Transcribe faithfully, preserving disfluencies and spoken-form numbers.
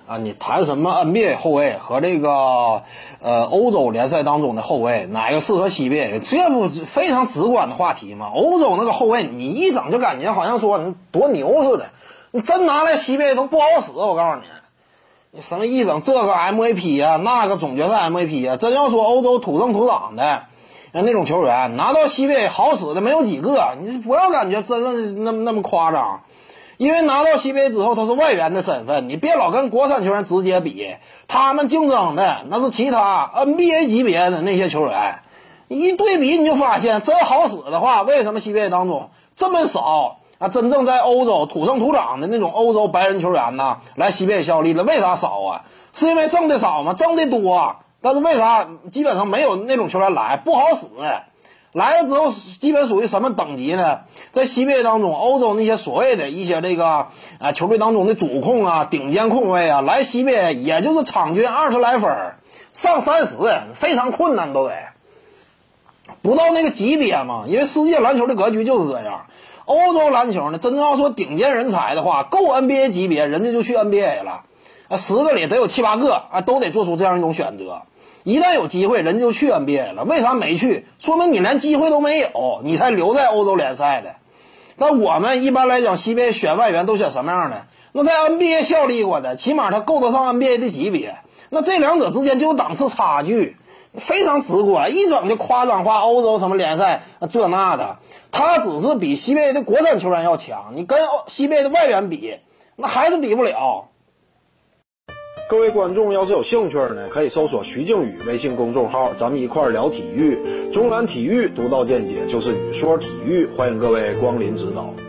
啊，你谈什么 N B A 后卫和这个呃欧洲联赛当中的后卫哪个适合 C B A？ 这不非常直观的话题吗？欧洲那个后卫，你一整就感觉好像说你多牛似的，你真拿来 C B A 都不好使。我告诉你，你什么一整这个 M V P 啊，那个总决赛 M V P 啊，真要说欧洲土生土长的那种球员拿到 C B A 好使的没有几个，你不要感觉真的那么那么夸张。因为拿到 C B A 之后，他是外援的身份，你别老跟国产球员直接比，他们竞争的那是其他 N B A 级别的那些球员，一对比你就发现，真好使的话，为什么 C B A 当中这么少啊？真正在欧洲土生土长的那种欧洲白人球员呢，来 C B A 效力的，为啥少啊？是因为挣的少吗？挣的多，但是为啥基本上没有那种球员来？不好使。来了之后，基本属于什么等级呢？在 C B A 当中，欧洲那些所谓的一些这个啊球队当中的主控啊、顶尖控卫啊，来 C B A 也就是场均二十来分，上三十，非常困难都得不到那个级别嘛。因为世界篮球的格局就是这样。欧洲篮球呢，真正要说顶尖人才的话，够 N B A 级别，人家就去 N B A 了。啊，十个里得有七八个啊，都得做出这样一种选择。一旦有机会，人就去 N B A 了。为啥没去？说明你连机会都没有，你才留在欧洲联赛的。那我们一般来讲 C B A 选外援都选什么样的？那在 N B A 效力过的，起码他够得上 N B A 的级别。那这两者之间就有档次差距，非常直观，一整就夸张化欧洲什么联赛这那的。他只是比 C B A 的国产球员要强，你跟 C B A 的外援比，那还是比不了。各位观众要是有兴趣呢，可以搜索徐静宇微信公众号，咱们一块聊体育。中南体育独到见解就是语说体育，欢迎各位光临指导。